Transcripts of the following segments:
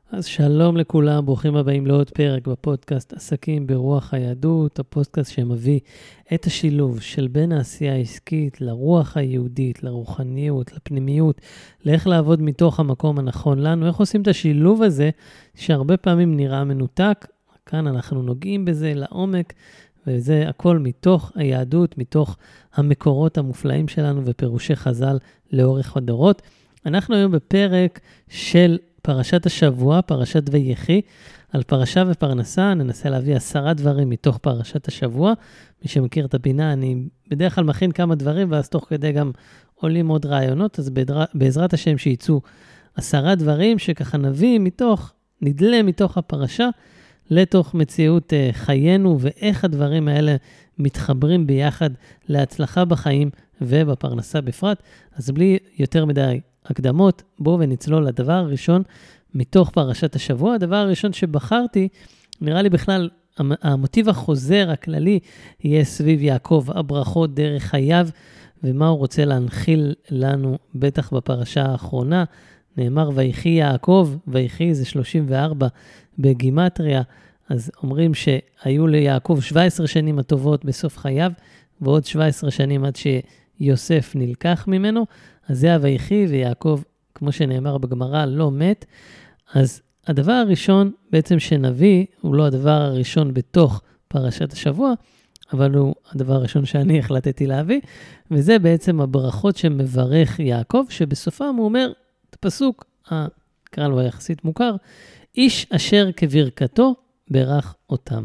אז שלום לכולם, ברוכים הבאים לעוד פרק בפודקאסט עסקים ברוח היהדות, הפודקאסט שמביא את השילוב של בין העשייה העסקית לרוח היהודית, לרוחניות, לפנימיות, לאיך לעבוד מתוך המקום הנכון לנו, איך עושים את השילוב הזה שהרבה פעמים נראה מנותק. כאן אנחנו נוגעים בזה לעומק, וזה הכל מתוך היהדות, מתוך המקורות המופלאים שלנו ופירושי חז"ל לאורך הדורות. אנחנו היום בפרק של פרשת השבוע, פרשת ויחי, על פרשה ופרנסה. ננסה להביא 10 דברים מתוך פרשת השבוע. מי שמכיר את הפינה, אני בדרך כלל מכין כמה דברים, ואז תוך כדי גם עולים עוד רעיונות, אז בעזרת השם שיצאו 10 דברים שככה נביא נדלה מתוך הפרשה, לתוך מציאות חיינו, ואיך הדברים האלה מתחברים ביחד להצלחה בחיים ובפרנסה בפרט. אז בלי יותר מדי הקדמות, בואו ונצלול לדבר הראשון מתוך פרשת השבוע. הדבר הראשון שבחרתי, נראה לי בכלל, המוטיב החוזר הכללי יהיה סביב יעקב, הברכות דרך חייו, ומה הוא רוצה להנחיל לנו בטח בפרשה האחרונה. נאמר ויחי יעקב, ויחי זה 34 בגימטריה, אז אומרים שהיו ליעקב 17 שנים הטובות בסוף חייו, ועוד 17 שנים עד שיוסף נלקח ממנו. אז זה הויחי, ויעקב, כמו שנאמר בגמרא, לא מת. אז הדבר הראשון בעצם שנביא, הוא לא הדבר הראשון בתוך פרשת השבוע, אבל הוא הדבר הראשון שאני החלטתי להביא, וזה בעצם הברכות שמברך יעקב, שבסופם הוא אומר, את הפסוק, קרא לו היחסית מוכר, איש אשר כברכתו ברך אותם.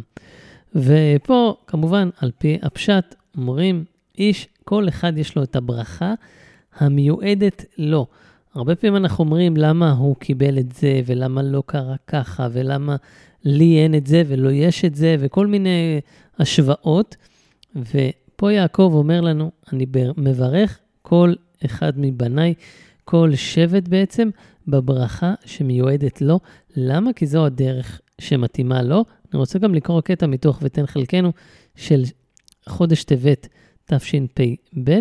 ופה כמובן על פי הפשט אומרים, כל אחד יש לו את הברכה המיועדת לו. הרבה פעמים אנחנו אומרים למה הוא קיבל את זה, ולמה לא קרה ככה, ולמה לי אין את זה, ולא יש את זה, וכל מיני השוואות. ופה יעקב אומר לנו, אני מברך כל אחד מבניי, כל שבט בעצם, בברכה שמיועדת לו. למה? כי זו הדרך שמתאימה לו. אני רוצה גם לקרוא קטע מתוך ותן חלקנו של חודש טבת תשפ"ב,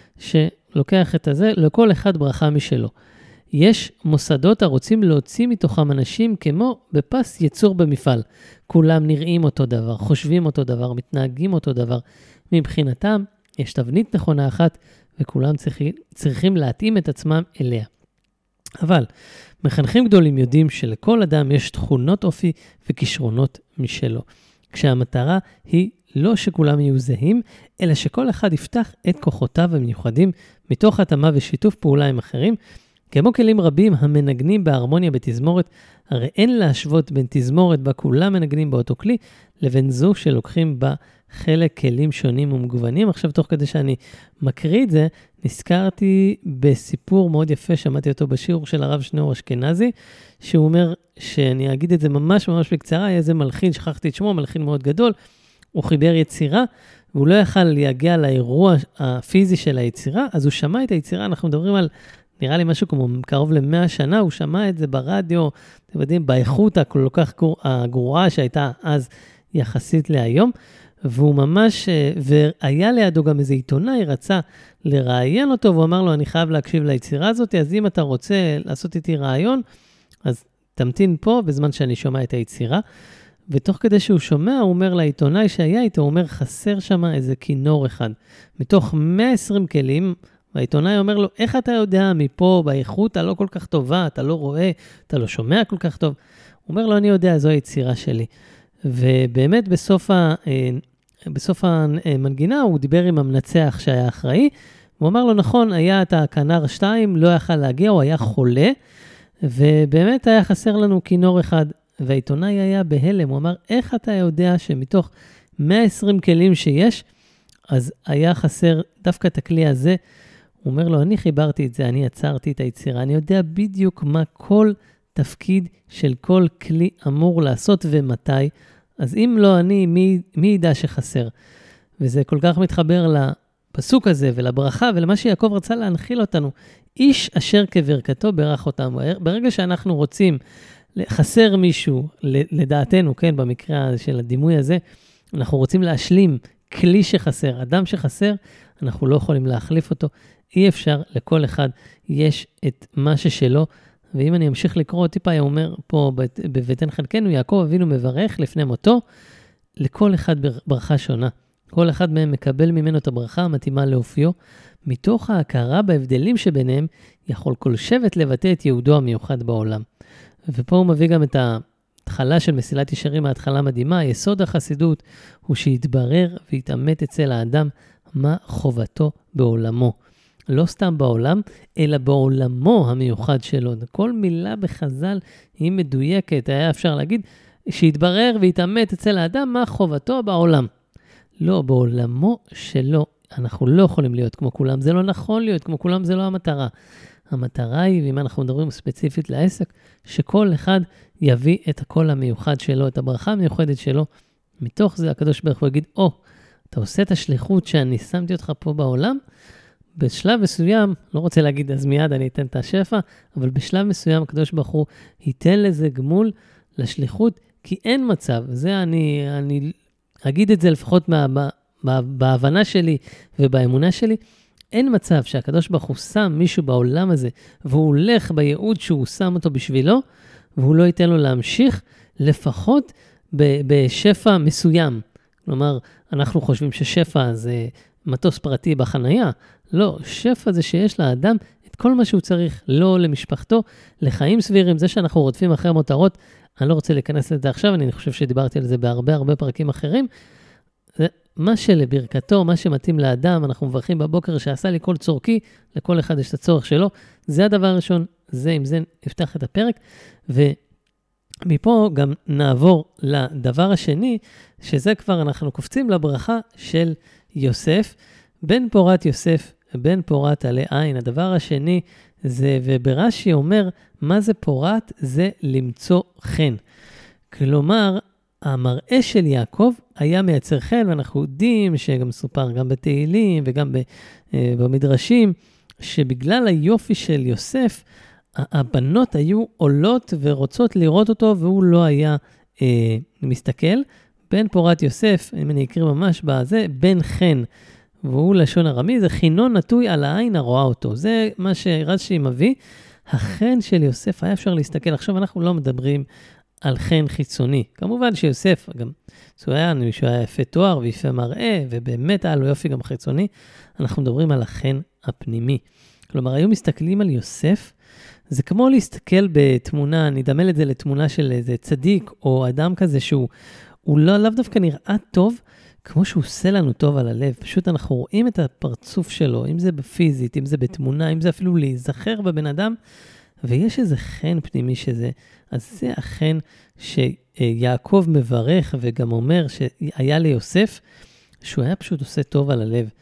שלוקח את הזה, לכל אחד ברכה משלו. יש מוסדות הרוצים להוציא מתוכם אנשים כמו בפס יצור במפעל. כולם נראים אותו דבר, חושבים אותו דבר, מתנהגים אותו דבר. מבחינתם יש תבנית נכונה אחת, וכולם צריכים להתאים את עצמם אליה. אבל מחנכים גדולים יודעים שלכל אדם יש תכונות אופי וכישרונות משלו. כשהמטרה היא לא שכולם יהיו זהים, אלא שכל אחד יפתח את כוחותיו המיוחדים מתוך התאמה ושיתוף פעולה עם אחרים. כמו כלים רבים המנגנים בהרמוניה בתזמורת, הרי אין להשוות בין תזמורת בה כולם מנגנים באותו כלי, לבין זו שלוקחים בה חלק כלים שונים ומגוונים. עכשיו תוך כדי שאני מקריא את זה, נזכרתי בסיפור מאוד יפה, שמעתי אותו בשיעור של הרב שניאור אשכנזי, שהוא אומר שאני אגיד את זה ממש ממש בקצרה, היה איזה מלחין, שכחתי את שמו, מלחין מאוד גדול, הוא חיבר יצירה, והוא לא יכל להגיע לאירוע הפיזי של היצירה, אז הוא שמע את היצירה, אנחנו מדברים על, נראה לי משהו כמו קרוב ל100 שנה, הוא שמע את זה ברדיו, אתם יודעים, באיכות הכל כך הגרועה שהייתה אז יחסית להיום, והוא ממש, והיה לידו גם איזה עיתונאי, רצה לראיין אותו, והוא אמר לו, אני חייב להקשיב ליצירה הזאת, אז אם אתה רוצה לעשות איתי רעיון, אז תמתין פה בזמן שאני שומע את היצירה, ותוך כדי שהוא שומע, הוא אומר לעיתונאי שהיה איתו, הוא אומר, חסר שם איזה כינור אחד. מתוך 120 כלים, והעיתונאי אומר לו, איך אתה יודע מפה באיכות הלא כל כך טובה, אתה לא רואה, אתה לא שומע כל כך טוב? הוא אומר לו, אני יודע, זו היצירה שלי. ובאמת בסוף המנגינה הוא דיבר עם המנצח שהיה אחראי, הוא אמר לו, נכון, היה את הכנר 2, לא יכל להגיע, הוא היה חולה, ובאמת היה חסר לנו כינור אחד. והעיתונאי היה בהלם, הוא אמר, איך אתה יודע שמתוך 120 כלים שיש, אז היה חסר דווקא את הכלי הזה? הוא אומר לו, אני חיברתי את זה, אני יצרתי את היצירה, אני יודע בדיוק מה כל תפקיד של כל כלי אמור לעשות ומתי, אז אם לא אני, מי ידע שחסר? וזה כל כך מתחבר לפסוק הזה ולברכה ולמה שיעקב רצה להנחיל אותנו, איש אשר כברכתו ברך אותם. ברגע שאנחנו רוצים חסר מישהו, לדעתנו, כן, במקרה של הדימוי הזה, אנחנו רוצים להשלים כלי שחסר, אדם שחסר, אנחנו לא יכולים להחליף אותו, אי אפשר, לכל אחד יש את מה ששלו, ואם אני אמשיך לקרוא טיפה, הוא אומר פה בבטן חלקנו, יעקב אבינו מברך לפני מותו, לכל אחד ברכה שונה. כל אחד מהם מקבל ממנו את הברכה המתאימה לאופיו. מתוך ההכרה בהבדלים שביניהם, יכול כל שבט לבטא את יהודו המיוחד בעולם. ופה הוא מביא גם את ההתחלה של מסילת ישרים, ההתחלה מדהימה. יסוד החסידות הוא שיתברר ויתאמת אצל האדם מה חובתו בעולמו. לא סתם בעולם, אלא בעולמו המיוחד שלו. כל מילה בחז"ל היא מדויקת. היה אפשר להגיד שיתברר ויתאמת אצל האדם מה חובתו בעולם. לא, בעולמו שלו. אנחנו לא יכולים להיות כמו כולם. זה לא נכון להיות כמו כולם, זה לא המטרה. המטרה היא, ואם אנחנו מדברים ספציפית לעסק, שכל אחד יביא את הקול המיוחד שלו, את הברכה המיוחדת שלו. מתוך זה הקדוש ברוך הוא יגיד, אתה עושה את השליחות שאני שמתי אותך פה בעולם, בשלב מסוים, לא רוצה להגיד אז מיד אני אתן את השפע, אבל בשלב מסוים הקדוש ברוך הוא ייתן לזה גמול לשליחות, כי אין מצב, זה אני אגיד את זה לפחות בהבנה שלי ובאמונה שלי, אין מצב שהקדוש ברוך הוא שם מישהו בעולם הזה, והוא הולך בייעוד שהוא שם אותו בשבילו, והוא לא ייתן לו להמשיך, לפחות בשפע מסוים. כלומר, אנחנו חושבים ששפע זה מטוס פרטי בחנייה. לא, שפע זה שיש לאדם את כל מה שהוא צריך, לא למשפחתו, לחיים סבירים, זה שאנחנו רודפים אחרי מותרות, אני לא רוצה להיכנס לזה עכשיו, אני חושב שדיברתי על זה בהרבה פרקים אחרים, מה שלברכתו, מה שמתאים לאדם, אנחנו מברכים בבוקר שעשה לי כל צורכי, לכל אחד יש את הצורך שלו, זה הדבר הראשון, זה עם זה נפתח את הפרק, ומפה גם נעבור לדבר השני, שזה כבר אנחנו קופצים לברכה של יוסף, בן פורת יוסף, בן פורת עלי עין. הדבר השני זה, וברש"י אומר, מה זה פורת? זה למצוא חן. כלומר, המראה של יעקב היה מייצר חן, ואנחנו יודעים שגם סופר גם בתהילים וגם במדרשים, שבגלל היופי של יוסף, הבנות היו עולות ורוצות לראות אותו, והוא לא היה מסתכל. בן פורת יוסף, אם אני אקריא ממש בזה, בן חן, והוא לשון ארמי, זה חינון נטוי על העין הרואה אותו. זה מה שרש"י מביא. החן של יוסף היה אפשר להסתכל. עכשיו אנחנו לא מדברים על חן חיצוני. כמובן שיוסף, גם שהוא היה יפה תואר ויפה מראה, ובאמת היה לו יופי גם חיצוני, אנחנו מדברים על החן הפנימי. כלומר, היו מסתכלים על יוסף, זה כמו להסתכל בתמונה, נדמה את זה לתמונה של איזה צדיק, או אדם כזה שהוא לאו דווקא נראה טוב, כמו שהוא עושה לנו טוב על הלב. פשוט אנחנו רואים את הפרצוף שלו, אם זה בפיזית, אם זה בתמונה, אם זה אפילו להיזכר בבן אדם, ויש איזה חן פנימי שזה, אז זה החן שיעקב מברך וגם אומר שהיה ליוסף, שהוא היה פשוט עושה טוב על הלב.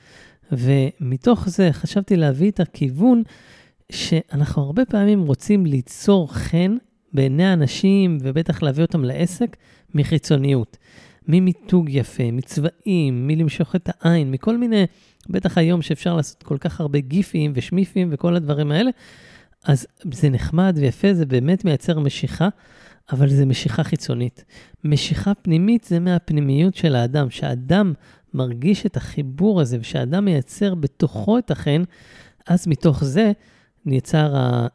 ומתוך זה חשבתי להביא את הכיוון שאנחנו הרבה פעמים רוצים ליצור חן בעיני האנשים, ובטח להביא אותם לעסק מחיצוניות. ממיתוג יפה, מצבעים, מלמשוך את העין, מכל מיני, בטח היום שאפשר לעשות כל כך הרבה גיפים ושמיפים וכל הדברים האלה, אז זה נחמד ויפה, זה באמת מייצר משיכה, אבל זה משיכה חיצונית. משיכה פנימית זה מהפנימיות של האדם, שהאדם מרגיש את החיבור הזה, ושהאדם מייצר בתוכו את החן, אז מתוך זה נייצר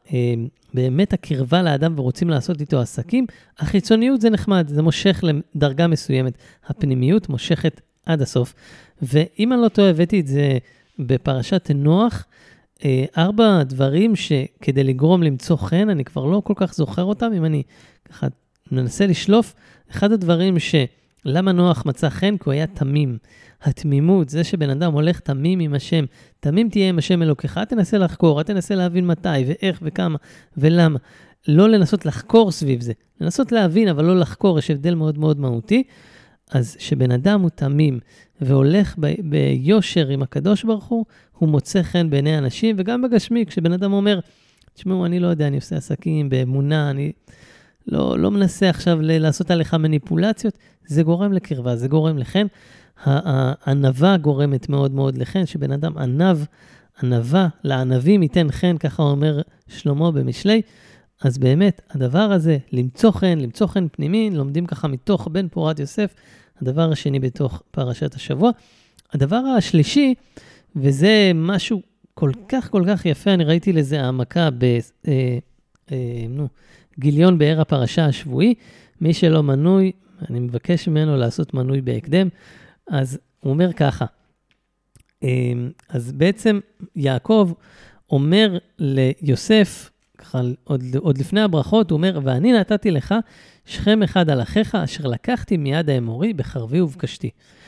באמת הקרבה לאדם ורוצים לעשות איתו עסקים. החיצוניות זה נחמד, זה מושך לדרגה מסוימת. הפנימיות מושכת עד הסוף. ואם אני לא טועה, הבאתי את זה בפרשת נוח, 4 דברים שכדי לגרום למצוא חן, אני כבר לא כל כך זוכר אותם, אם אני ככה מנסה לשלוף, אחד הדברים למה נוח מצא חן? כי הוא היה תמים. התמימות, זה שבן אדם הולך תמים עם השם, תמים תהיה עם השם אלוקיך, תנסה לחקור, תנסה להבין מתי ואיך וכמה ולמה. לא לנסות לחקור סביב זה, לנסות להבין, אבל לא לחקור, יש הבדל מאוד מאוד מהותי. אז שבן אדם הוא תמים והולך ביושר עם הקדוש ברוך הוא, הוא מוצא חן בעיני אנשים, וגם בגשמי, כשבן אדם אומר, תשמעו, אני לא יודע, אני עושה עסקים באמונה, אני לא מנסה עכשיו לעשות עליך מניפולציות, זה גורם לקרבה, זה גורם לכן. הענבה גורמת מאוד מאוד לכן, שבן אדם ענבה, לענבים ייתן חן, ככה אומר שלמה במשלי. אז באמת, הדבר הזה, למצוא חן פנימי, לומדים ככה מתוך בן פורת יוסף, הדבר השני בתוך פרשת השבוע. הדבר השלישי, וזה משהו כל כך יפה, אני ראיתי לזה העמקה גיליון באר הפרשה השבועי, מי שלא מנוי, אני מבקש ממנו לעשות מנוי בהקדם, אז הוא אומר ככה, אז בעצם יעקב אומר ליוסף, ככה עוד לפני הברכות, הוא אומר, ואני נתתי לך שכם אחד על אחיך, אשר לקחתי מיד האמורי בחרבי ובקשתי.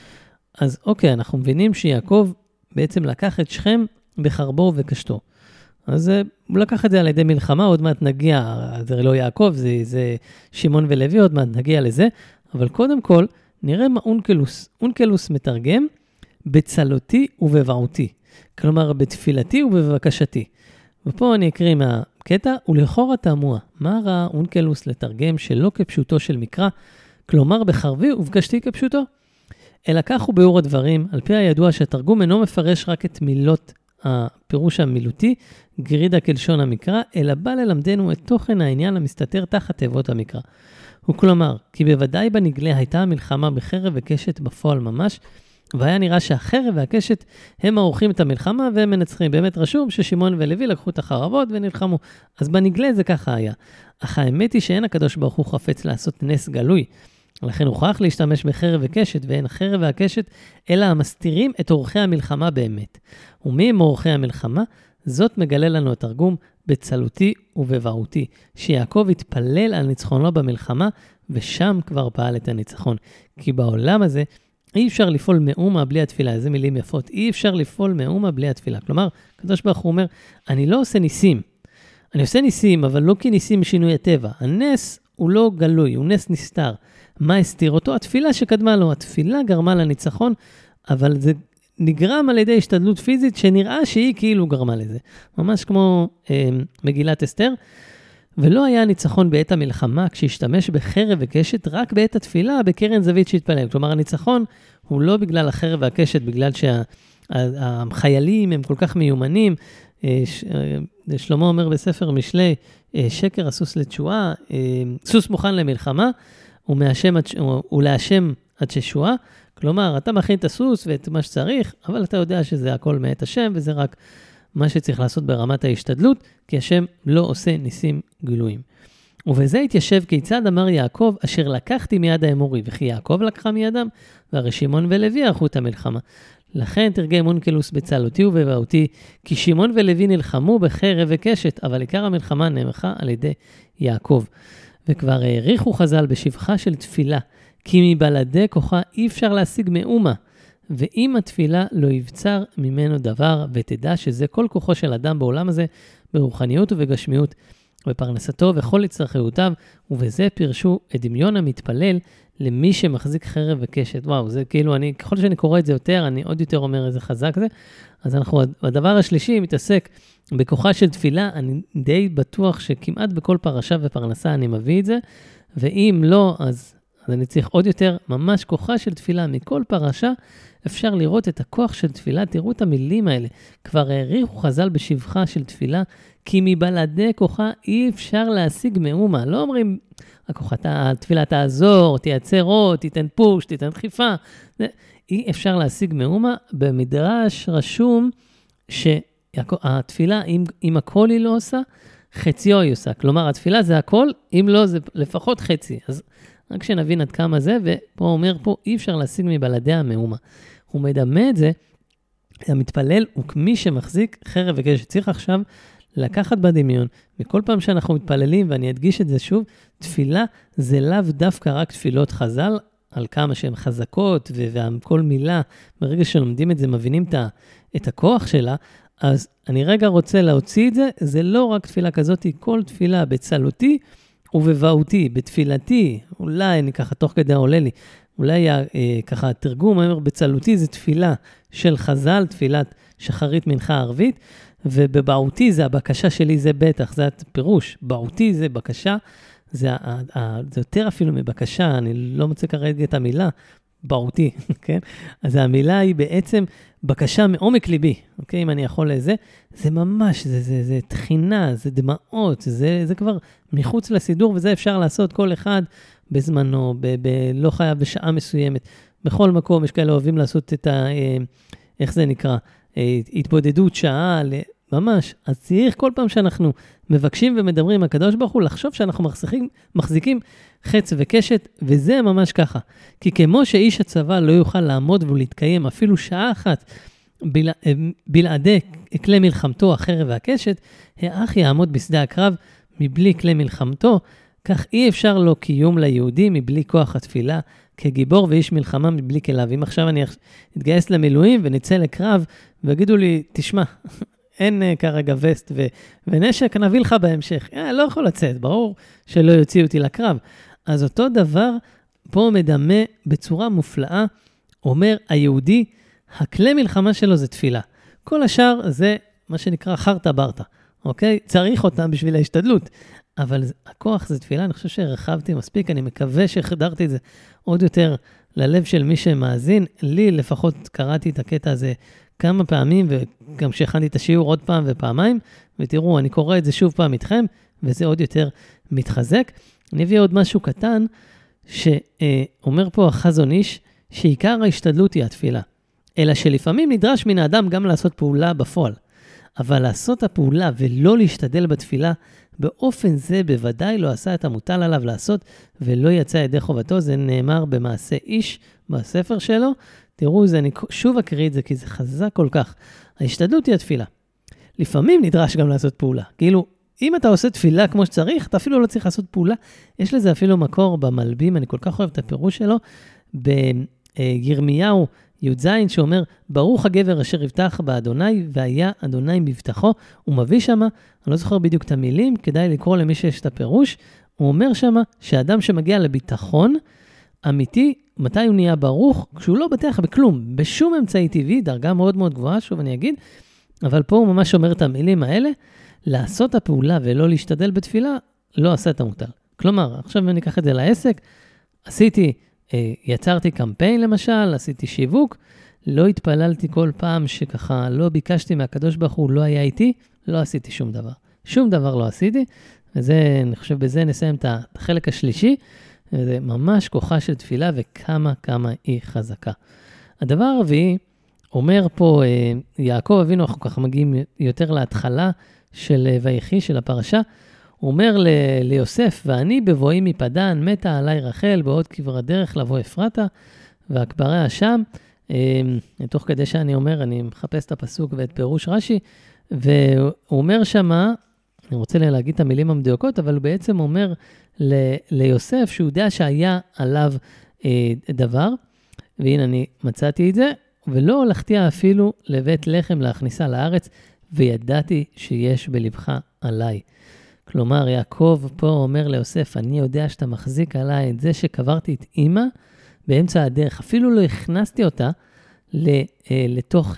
אז אוקיי, אנחנו מבינים שיעקב בעצם לקח את שכם בחרבו ובקשתו. אז הוא לקח את זה על ידי מלחמה, עוד מעט נגיע, זה לא יעקב, זה שמעון ולוי, עוד מעט נגיע לזה, אבל קודם כל נראה מה אונקלוס. אונקלוס מתרגם בצלותי ובבעותי, כלומר בתפילתי ובבקשתי. ופה אני אקריא מהקטע, ולכאורה תמוה, מה ראה אונקלוס לתרגם שלא כפשוטו של מקרא, כלומר בחרבי ובקשתי כפשוטו? אלא כך הוא ביאור הדברים, על פי הידוע שהתרגום אינו מפרש רק את מילות הפירוש המילותי, גרידה כלשון המקרא, אלא בא ללמדנו את תוכן העניין המסתתר תחת תיבות המקרא. הוא כלומר, כי בוודאי בנגלה הייתה המלחמה בחרב וקשת בפועל ממש, והיה נראה שהחרב והקשת הם עורכים את המלחמה והם מנצחים. באמת רשום ששמעון ולוי לקחו את החרבות ונלחמו. אז בנגלה זה ככה היה. אך האמת היא שאין הקדוש ברוך הוא חפץ לעשות נס גלוי. לכן הוכרח להשתמש בחרב וקשת, ואין החרב והקשת, אלא המסתירים את אורחי המלחמה באמת. ומי הם אורחי המלחמה? זאת מגלה לנו התרגום בצלותי ובבעותי, שיעקב התפלל על ניצחונו במלחמה, ושם כבר פעל את הניצחון. כי בעולם הזה אי אפשר לפעול מאומה בלי התפילה. איזה מילים יפות. אי אפשר לפעול מאומה בלי התפילה. כלומר, הקדוש ברוך הוא אומר, אני לא עושה ניסים. אני עושה ניסים, אבל לא כניסים משינוי הטבע. הנס הוא לא גלוי, הוא נס נסתר. מה הסתיר אותו? התפילה שקדמה לו. התפילה גרמה לניצחון, אבל זה נגרם על ידי השתדלות פיזית שנראה שהיא כאילו גרמה לזה. ממש כמו מגילת אסתר. ולא היה ניצחון בעת המלחמה כשהשתמש בחרב וקשת רק בעת התפילה בקרן זווית שהתפלל. כלומר, הניצחון הוא לא בגלל החרב והקשת, בגלל שהחיילים הם כל כך מיומנים. שלמה אומר בספר משלי, שקר הסוס לתשועה, סוס מוכן למלחמה, ולהשם עד ששועה. כלומר, אתה מכין את הסוס ואת מה שצריך, אבל אתה יודע שזה הכל מאת השם, וזה רק מה שצריך לעשות ברמת ההשתדלות, כי השם לא עושה ניסים גלויים. ובזה התיישב כיצד אמר יעקב, אשר לקחתי מיד האמורי, וכי יעקב לקחה מידם, והרי שמעון ולוי ערכו את המלחמה. לכן תרגם אונקלוס בצלותי ובבעותי, כי שמעון ולוי נלחמו בחרב וקשת, אבל עיקר המלחמה נערכה על ידי יעקב. וכבר העריכו חז"ל בשבחה של תפילה, כי מבלעדי כוחה אי אפשר להשיג מאומה, ואם התפילה לא יבצר ממנו דבר, ותדע שזה כל כוחו של אדם בעולם הזה, ברוחניות ובגשמיות, בפרנסתו וכל הצרכיותיו, ובזה פירשו את דמיון המתפלל למי שמחזיק חרב וקשת. וואו, זה כאילו, ככל שאני קורא את זה יותר, אני עוד יותר אומר איזה חזק זה. אז הדבר השלישי מתעסק בכוחה של תפילה, אני די בטוח שכמעט בכל פרשה ופרנסה אני מביא את זה, ואם לא, אז אני צריך עוד יותר, ממש כוחה של תפילה מכל פרשה, אפשר לראות את הכוח של תפילה, תראו את המילים האלה, כבר העריכו חז"ל בשבחה של תפילה, כי מבלעדי כוחה אי אפשר להשיג מאומה, לא אומרים, התפילה תעזור, תייצר עוד, תיתן פוש, תיתן דחיפה, אי אפשר להשיג מאומה, במדרש רשום שהתפילה, אם הכל היא לא עושה, חציו היא עושה, כלומר התפילה זה הכל, אם לא זה לפחות חצי, אז רק שנבין עד כמה זה, ופה אומר פה, אי אפשר להשיג מבלעדי המאומה. הוא מדמה את זה, המתפלל הוא כמי שמחזיק חרב וקשת. צריך עכשיו לקחת בדמיון, וכל פעם שאנחנו מתפללים, ואני אדגיש את זה שוב, תפילה זה לאו דווקא רק תפילות חז"ל, על כמה שהן חזקות, וכל מילה, ברגע שלומדים את זה, מבינים את הכוח שלה, אז אני רגע רוצה להוציא את זה, זה לא רק תפילה כזאת, כל תפילה בצלותי, ובבעותי, בתפילתי, אולי אני ככה תוך כדי עולה לי, אולי ככה תרגום, אומר בצלותי זה תפילה של חז"ל, תפילת שחרית מנחה ערבית, ובבעותי זה הבקשה שלי, זה בטח, זה הפירוש, בעותי זה בקשה, זה יותר אפילו מבקשה, אני לא מוצא כרגע את המילה, בעותי, כן? אז המילה היא בעצם בקשה מעומק ליבי, אוקיי? אם אני יכול לזה, זה ממש, זה תחינה, זה דמעות, זה כבר מחוץ לסידור, וזה אפשר לעשות כל אחד בזמנו, לא חייב בשעה מסוימת. בכל מקום יש כאלה אוהבים לעשות את איך זה נקרא? התבודדות שעה, ממש. אז צריך כל פעם שאנחנו מבקשים ומדברים עם הקדוש ברוך הוא, לחשוב שאנחנו מחזיקים חץ וקשת, וזה ממש ככה. כי כמו שאיש הצבא לא יוכל לעמוד ולהתקיים אפילו שעה אחת, בלעדי כלי מלחמתו, החרב והקשת, האח יעמוד בשדה הקרב מבלי כלי מלחמתו, כך אי אפשר לו קיום ליהודי מבלי כוח התפילה, כגיבור ואיש מלחמה מבלי כליו. אם עכשיו אני אתגייס למילואים ונצא לקרב, ויגידו לי, תשמע, אין כרגע וסט ונשק, נביא לך בהמשך. לא יכול לצאת, ברור שלא יוציאו אותי לקרב. אז אותו דבר פה מדמה בצורה מופלאה, אומר היהודי, הכלי מלחמה שלו זה תפילה. כל השאר זה מה שנקרא חרטה ברטה, אוקיי? צריך אותם בשביל ההשתדלות. אבל הכוח זה תפילה, אני חושב שהרחבתי מספיק, אני מקווה שהחדרתי את זה עוד יותר ללב של מי שמאזין. לי לפחות קראתי את הקטע הזה כמה פעמים, וגם שהכנתי את השיעור עוד פעם ופעמיים, ותראו, אני קורא את זה שוב פעם איתכם, וזה עוד יותר מתחזק. אני אביא עוד משהו קטן, שאומר פה החזון איש, שעיקר ההשתדלות היא התפילה. אלא שלפעמים נדרש מן האדם גם לעשות פעולה בפועל. אבל לעשות הפעולה ולא להשתדל בתפילה, באופן זה בוודאי לא עשה את המוטל עליו לעשות, ולא יצא ידי חובתו. זה נאמר במעשה איש בספר שלו. תראו, אני שוב אקריא את זה, כי זה חזק כל כך. ההשתדלות היא התפילה. לפעמים נדרש גם לעשות פעולה. כאילו, אם אתה עושה תפילה כמו שצריך, אתה אפילו לא צריך לעשות פעולה. יש לזה אפילו מקור במלבים, אני כל כך אוהב את הפירוש שלו, בירמיהו י"ז שאומר, ברוך הגבר אשר יבטח באדוני, והיה אדוני מבטחו. הוא מביא שמה, אני לא זוכר בדיוק את המילים, כדאי לקרוא למי שיש את הפירוש, הוא אומר שמה, שאדם שמגיע לביטחון אמיתי, מתי הוא נהיה ברוך? כשהוא לא בטח בכלום, בשום אמצעי טבעי, דרגה מאוד מאוד גבוהה, שוב אני אגיד, אבל פה הוא ממש אומר את המילים האלה, לעשות הפעולה ולא להשתדל בתפילה, לא עשה את המוטל. כלומר, עכשיו אני אקח את זה לעסק, יצרתי קמפיין למשל, עשיתי שיווק, לא התפללתי כל פעם שככה לא ביקשתי מהקדוש ברוך הוא, לא היה איתי, לא עשיתי שום דבר. שום דבר לא עשיתי, וזה, אני חושב בזה נסיים את החלק השלישי, וזה ממש כוחה של תפילה וכמה היא חזקה. הדבר הרביעי, אומר פה יעקב אבינו, אנחנו ככה מגיעים יותר להתחלה של ויחי, של הפרשה, הוא אומר ליוסף, ואני בבואי מפדן, מתה עליי רחל, בעוד כברת דרך לבוא אפרתה, והקבריה שם. תוך כדי שאני אומר, אני מחפש את הפסוק ואת פירוש רש"י, והוא אומר שמה, אני רוצה להגיד את המילים המדויקות, אבל הוא בעצם אומר ליוסף, שהוא יודע שהיה עליו דבר, והנה אני מצאתי את זה, ולא הולכתי אפילו לבית לחם להכניסה לארץ, וידעתי שיש בלבך עליי. כלומר, יעקב פה אומר ליוסף, אני יודע שאתה מחזיק עליי את זה שקברתי את אמא באמצע הדרך. אפילו לא הכנסתי אותה לתוך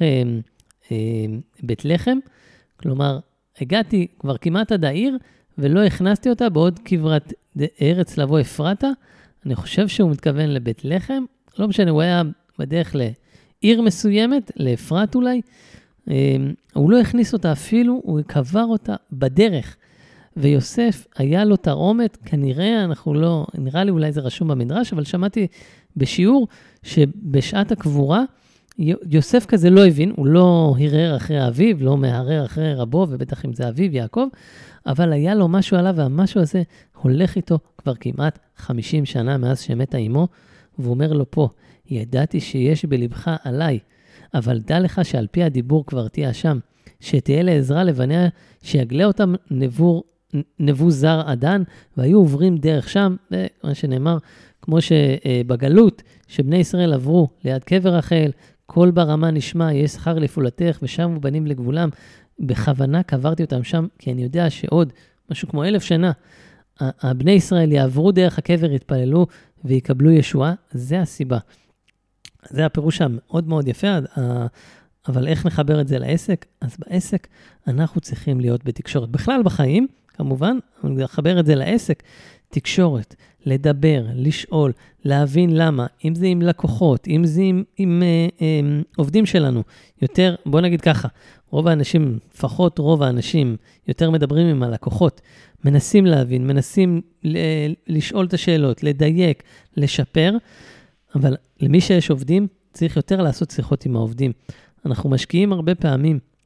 בית לחם. כלומר, הגעתי כבר כמעט עד העיר, ולא הכנסתי אותה בעוד כברת ארץ לבוא אפרתה. אני חושב שהוא מתכוון לבית לחם. לא משנה, הוא היה בדרך לעיר מסוימת, לאפרת אולי. הוא לא הכניס אותה אפילו, הוא קבר אותה בדרך. ויוסף היה לו תרעומת, כנראה נראה לי אולי זה רשום במדרש, אבל שמעתי בשיעור שבשעת הקבורה, יוסף כזה לא הבין, הוא לא הרהר אחרי אביו, לא מהרהר אחרי רבו, ובטח אם זה אביו יעקב, אבל היה לו משהו עליו, והמשהו הזה הולך איתו כבר כמעט 50 שנה מאז שמתה אמו, והוא אומר לו פה, ידעתי שיש בלבך עליי, אבל דע לך שעל פי הדיבור כבר תהיה שם, שתהיה לעזרה לבניה, שיגלה אותם נבוא זר עדן, והיו עוברים דרך שם, כמו שנאמר, כמו שבגלות, שבני ישראל עברו ליד קבר רחל, כל ברמה נשמע, יש שכר לפעולתך, ושם בנים לגבולם, בכוונה קברתי אותם שם, כי אני יודע שעוד משהו כמו 1000 שנה, הבני ישראל יעברו דרך הקבר, יתפללו ויקבלו ישועה, זה הסיבה. זה הפירוש המאוד מאוד יפה, אבל איך נחבר את זה לעסק? אז בעסק אנחנו צריכים להיות בתקשורת. בכלל בחיים, כמובן, נחבר את זה לעסק, תקשורת, לדבר, לשאול, להבין למה, אם זה עם לקוחות, אם זה עם עובדים שלנו, יותר, בוא נגיד ככה, רוב האנשים, לפחות רוב האנשים, יותר מדברים עם הלקוחות, מנסים להבין, מנסים לשאול את השאלות, לדייק, לשפר, אבל למי שיש עובדים, צריך יותר לעשות שיחות עם העובדים. אנחנו משקיעים הרבה פעמים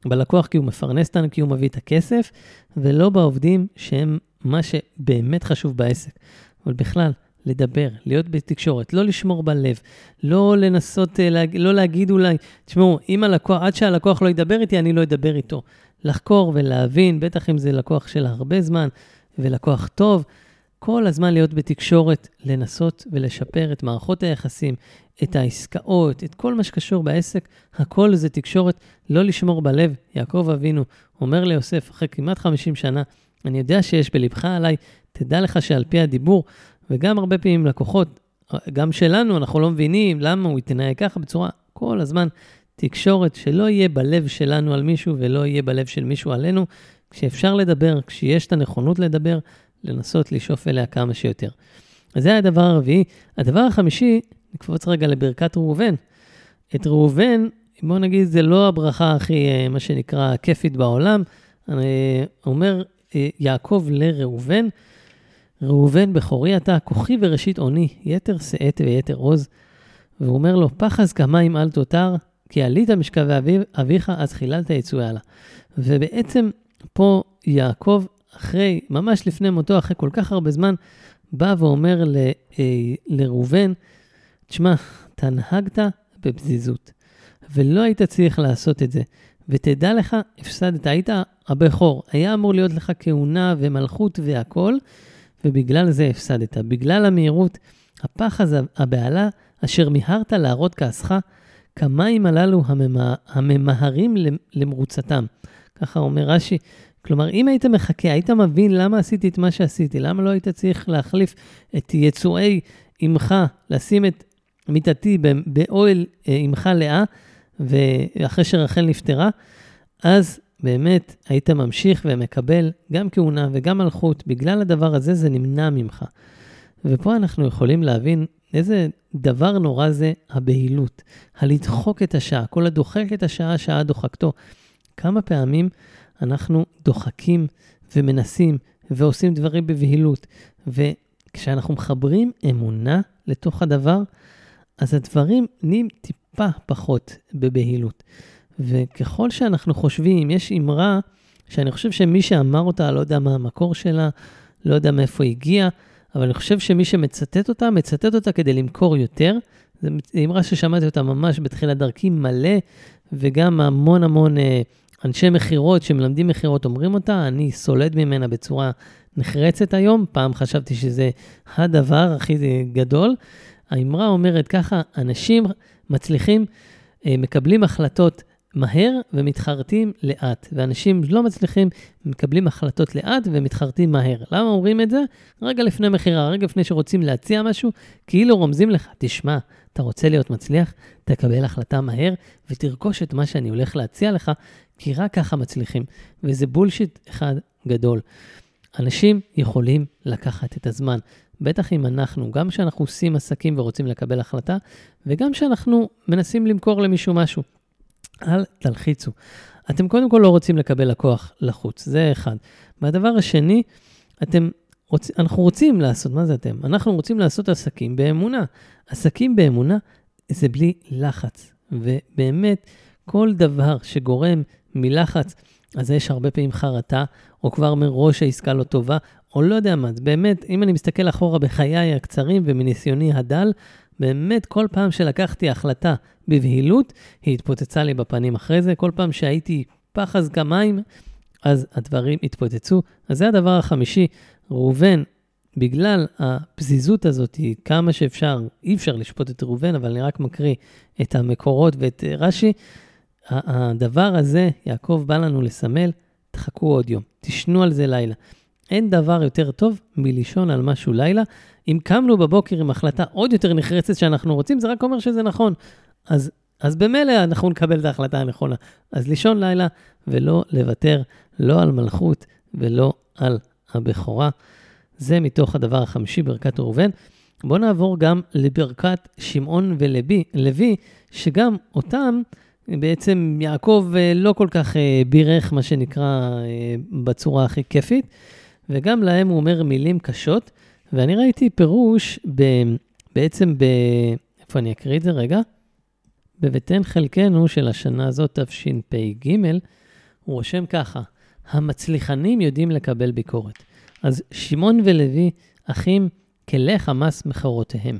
בלקוח כי הוא מפרנס אותנו, כי הוא מביא את הכסף, ולא בעובדים שהם מה שבאמת חשוב בעסק. אבל בכלל, לדבר, להיות בתקשורת, לא לשמור בלב, לא לנסות, לא להגיד אולי, תשמעו, עד שהלקוח לא ידבר איתי, אני לא אדבר איתו. לחקור ולהבין, בטח אם זה לקוח של הרבה זמן, ולקוח טוב, כל הזמן להיות בתקשורת, לנסות ולשפר את מערכות היחסים, את העסקאות, את כל מה שקשור בעסק, הכל זה תקשורת, לא לשמור בלב. יעקב אבינו אומר ליוסף, אחרי כמעט 50 שנה, אני יודע שיש בלבך עליי, תדע לך שעל פי הדיבור, וגם הרבה פעמים לקוחות, גם שלנו, אנחנו לא מבינים למה הוא יתנהג ככה בצורה כל הזמן, תקשורת שלא יהיה בלב שלנו על מישהו, ולא יהיה בלב של מישהו עלינו, כשאפשר לדבר, כשיש את הנכונות לדבר, לנסות לשאוף אליה כמה שיותר. אז זה הדבר הרביעי. הדבר החמישי, נקפוץ רגע לברכת ראובן. את ראובן, בוא נגיד, זה לא הברכה הכי, מה שנקרא, כיפית בעולם. אומר יעקב לראובן, ראובן בכורי אתה, כוחי וראשית עוני, יתר שאת ויתר עוז. והוא אומר לו, פחז כמים אל תותר, כי עלית משכב אביך, אז חיללת יצואי עלה. ובעצם פה יעקב, אחרי, ממש לפני מותו, אחרי כל כך הרבה זמן, בא ואומר לראובן, תשמע, אתה נהגת בפזיזות, ולא היית צריך לעשות את זה, ותדע לך, הפסדת, היית הבכור, היה אמור להיות לך כהונה ומלכות והכל, ובגלל זה הפסדת, בגלל המהירות, הפחז הבעלה, אשר מיהרת להראות כעסך, כמים הללו הממהרים למרוצתם. ככה אומר רש"י, כלומר, אם היית מחכה, היית מבין למה עשיתי את מה שעשיתי, למה לא היית צריך להחליף את יצואי אמך, לשים את מיטתי באוהל אמך לאה, ואחרי שרחל נפטרה, אז באמת היית ממשיך ומקבל גם כהונה וגם מלכות, בגלל הדבר הזה זה נמנע ממך. ופה אנחנו יכולים להבין איזה דבר נורא זה הבהילות, הלדחוק את השעה, כל הדוחק את השעה, שעה דוחקתו. כמה פעמים אנחנו דוחקים ומנסים ועושים דברים בבהילות, וכשאנחנו מחברים אמונה לתוך הדבר, אז הדברים נהיים טיפה פחות בבהילות. וככל שאנחנו חושבים, יש אמרה שאני חושב שמי שאמר אותה, לא יודע מה המקור שלה, לא יודע מאיפה הגיע, אבל אני חושב שמי שמצטט אותה, מצטט אותה כדי למכור יותר. זו אמרה ששמעתי אותה ממש בתחילת דרכי מלא, וגם המון אנשי מחירות שמלמדים מחירות אומרים אותה, אני סולד ממנה בצורה נחרצת היום, פעם חשבתי שזה הדבר הכי גדול. האמרה אומרת ככה, אנשים מצליחים, מקבלים החלטות מהר ומתחרטים לאט, ואנשים לא מצליחים, מקבלים החלטות לאט ומתחרטים מהר. למה אומרים את זה? רגע לפני מחירה, רגע לפני שרוצים להציע משהו, כאילו רומזים לך, תשמע, אתה רוצה להיות מצליח, תקבל החלטה מהר ותרכוש את מה שאני הולך להציע לך, כי רק ככה מצליחים. וזה בולשיט אחד גדול. אנשים יכולים לקחת את הזמן. בטח אם אנחנו, גם שאנחנו עושים עסקים ורוצים לקבל החלטה, וגם שאנחנו מנסים למכור למישהו משהו. אל תלחיצו. אתם קודם כל לא רוצים לקבל לקוח לחוץ, זה אחד. והדבר השני, אנחנו רוצים לעשות, מה זה אתם? אנחנו רוצים לעשות עסקים באמונה. עסקים באמונה זה בלי לחץ. ובאמת, כל דבר שגורם מלחץ, אז יש הרבה פעמים חרטה, או כבר מראש העסקה לא טובה, או לא יודע מה. באמת, אם אני מסתכל אחורה בחיי הקצרים ומניסיוני הדל, באמת כל פעם שלקחתי החלטה בבהילות, היא התפוצצה לי בפנים אחרי זה. כל פעם שהייתי פחז כמים, אז הדברים התפוצצו. אז זה הדבר החמישי. ראובן, בגלל הפזיזות הזאת, כמה שאפשר, אי אפשר לשפוט את ראובן, אבל אני רק מקריא את המקורות ואת רש"י. הדבר הזה, יעקב בא לנו לסמל, תחכו עוד יום, תשנו על זה לילה. אין דבר יותר טוב מלישון על משהו לילה. אם קמנו בבוקר עם החלטה עוד יותר נחרצת שאנחנו רוצים, זה רק אומר שזה נכון. אז במילא אנחנו נקבל את ההחלטה הנכונה. אז לישון לילה ולא לוותר, לא על מלכות ולא על הבכורה. זה מתוך הדבר החמישי, ברכת ראובן. בואו נעבור גם לברכת שמעון ולוי, שגם אותם בעצם יעקב לא כל כך בירך, מה שנקרא, בצורה הכי כיפית, וגם להם הוא אומר מילים קשות, ואני ראיתי פירוש בעצם איפה אני אקריא את זה רגע? בבטן חלקנו של השנה הזאת תשפ"ג, הוא רושם ככה, המצליחנים יודעים לקבל ביקורת. אז שמעון ולוי, אחים, כלי חמאס מחרותיהם.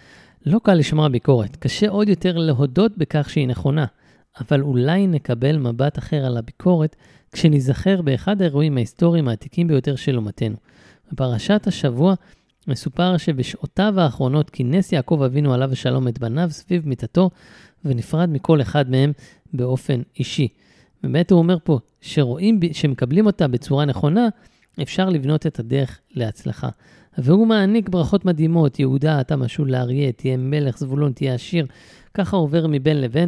לא קל לשמוע ביקורת, קשה עוד יותר להודות בכך שהיא נכונה, אבל אולי נקבל מבט אחר על הביקורת כשנזכר באחד האירועים ההיסטוריים העתיקים ביותר של אומתנו. בפרשת השבוע מסופר שבשעותיו האחרונות כינס יעקב אבינו עליו השלום את בניו סביב מיטתו ונפרד מכל אחד מהם באופן אישי. באמת הוא אומר פה שמקבלים אותה בצורה נכונה, אפשר לבנות את הדרך להצלחה. והוא מעניק ברכות מדהימות, יהודה, אתה משול לאריה, תהיה מלך, זבולון, תהיה עשיר. ככה עובר מבין לבין.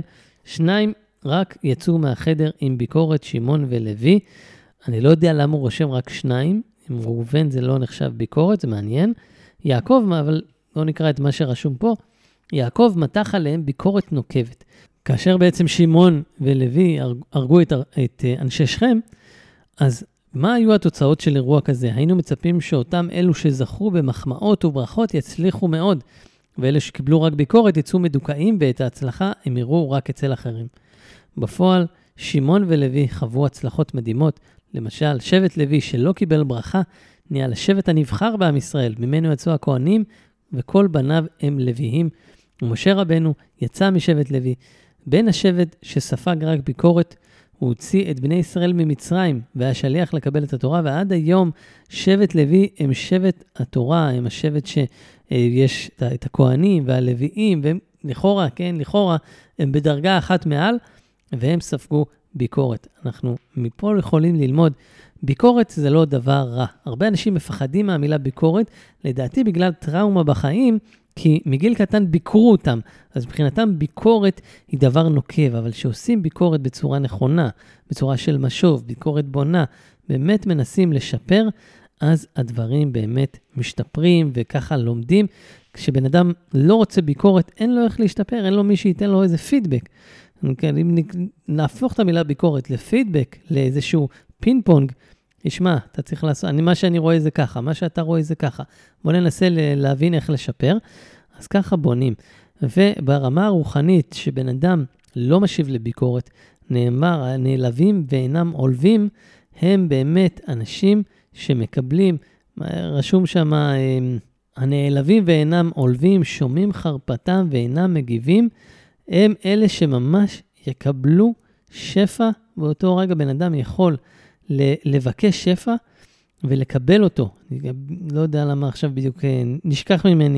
2 רק יצאו מהחדר עם ביקורת, שמעון ולוי. אני לא יודע למה הוא רושם רק 2, אם ראובן זה לא נחשב ביקורת, זה מעניין. יעקב, אבל לא נקרא את מה שרשום פה, יעקב מתח עליהם ביקורת נוקבת. כאשר בעצם שמעון ולוי הרגו את אנשי שכם, אז מה היו התוצאות של אירוע כזה? היינו מצפים שאותם אלו שזכו במחמאות וברכות יצליחו מאוד, ואלה שקיבלו רק ביקורת יצאו מדוכאים, ואת ההצלחה הם יראו רק אצל אחרים. בפועל, שמעון ולוי חוו הצלחות מדהימות. למשל, שבט לוי שלא קיבל ברכה, נהיה לשבט הנבחר בעם ישראל, ממנו יצאו הכהנים, וכל בניו הם לוויים. ומשה רבנו יצא משבט לוי. בין השבט שספג רק ביקורת, הוא הוציא את בני ישראל ממצרים, והיה שליח לקבל את התורה, ועד היום שבט לוי הם שבט התורה, הם השבט שיש את הכהנים והלוויים, והם לכאורה, כן, לכאורה, הם בדרגה אחת מעל, והם ספגו ביקורת. אנחנו מפה יכולים ללמוד, ביקורת זה לא דבר רע. הרבה אנשים מפחדים מהמילה ביקורת, לדעתי בגלל טראומה בחיים, כי מגיל קטן ביקרו אותם, אז מבחינתם ביקורת היא דבר נוקב, אבל שעושים ביקורת בצורה נכונה, בצורה של משוב, ביקורת בונה, באמת מנסים לשפר, אז הדברים באמת משתפרים וככה לומדים. כשבן אדם לא רוצה ביקורת, אין לו איך להשתפר, אין לו מי שייתן לו איזה פידבק. אם נהפוך את המילה ביקורת לפידבק, לאיזשהו פינפונג, תשמע, אתה צריך לעשות, מה שאני רואה זה ככה, מה שאתה רואה זה ככה. בוא ננסה להבין איך לשפר, אז ככה בונים. וברמה הרוחנית, שבן אדם לא משיב לביקורת, נאמר, הנעלבים ואינם עולבים, הם באמת אנשים שמקבלים, רשום שם, הנעלבים ואינם עולבים, שומעים חרפתם ואינם מגיבים, הם אלה שממש יקבלו שפע, באותו רגע בן אדם יכול לבקש שפע ולקבל אותו. אני לא יודע למה עכשיו בדיוק נשכח ממני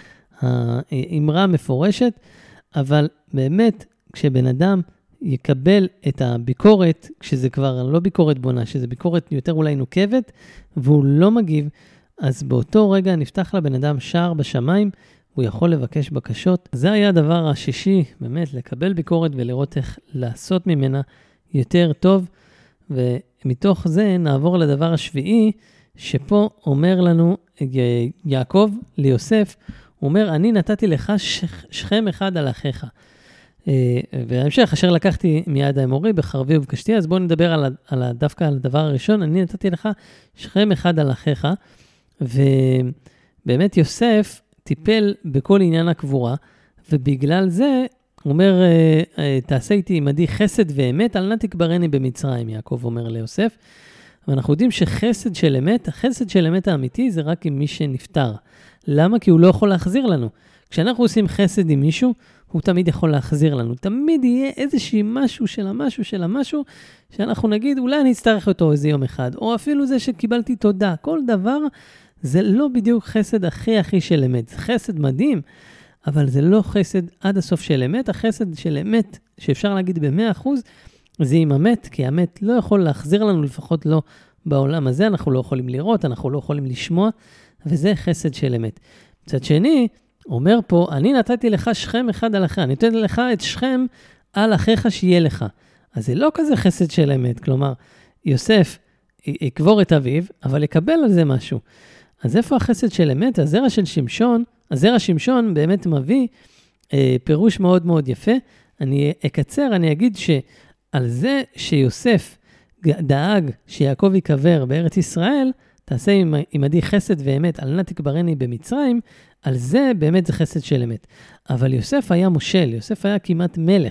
האמרה המפורשת, אבל באמת כשבן אדם יקבל את הביקורת, כשזה כבר לא ביקורת בונה, שזה ביקורת יותר אולי נוקבת, והוא לא מגיב, אז באותו רגע נפתח לבן אדם שער בשמיים, הוא יכול לבקש בקשות. זה היה הדבר השישי, באמת, לקבל ביקורת ולראות איך לעשות ממנה יותר טוב, ומתוך זה נעבור לדבר השביעי, שפה אומר לנו יעקב ליוסף, הוא אומר, אני נתתי לך שכם אחד על אחיך. וההמשך, אשר לקחתי מיד האמורי בחרבי ובקשתי, אז בואו נדבר דווקא על הדבר הראשון, אני נתתי לך שכם אחד על אחיך, ובאמת יוסף טיפל בכל עניין הקבורה, ובגלל זה הוא אומר, תעשה איתי עמדי חסד ואמת, אל נא תקברני במצרים, יעקב אומר ליוסף. ואנחנו יודעים שחסד של אמת, החסד של אמת האמיתי זה רק עם מי שנפטר. למה? כי הוא לא יכול להחזיר לנו. כשאנחנו עושים חסד עם מישהו, הוא תמיד יכול להחזיר לנו. תמיד יהיה איזושהי משהו של המשהו, שאנחנו נגיד, אולי אני אצטרך אותו איזה יום אחד, או אפילו זה שקיבלתי תודה. כל דבר זה לא בדיוק חסד הכי של אמת. זה חסד מדהים, אבל זה לא חסד עד הסוף של אמת. החסד של אמת, שאפשר להגיד ב100%, זה עם אמת, כי האמת לא יכול להחזיר לנו, לפחות לא בעולם הזה, אנחנו לא יכולים לראות, אנחנו לא יכולים לשמוע, וזה חסד של אמת. מצד שני, אומר פה, אני נתתי לך שכם אחד על אחיך, אני נותן לך את שכם על אחיך שיהיה לך. אז זה לא כזה חסד של אמת, כלומר, יוסף יקבור את אביו, אבל יקבל על זה משהו. אז איפה החסד של אמת? הזרע של שמשון, הזרע שמשון באמת מביא פירוש מאוד מאוד יפה. אני אקצר, אני אגיד שעל זה שיוסף דאג שיעקב יקבר בארץ ישראל, תעשה עמדי חסד ואמת, אל נא תקברני במצרים, על זה באמת זה חסד של אמת. אבל יוסף היה מושל, יוסף היה כמעט מלך,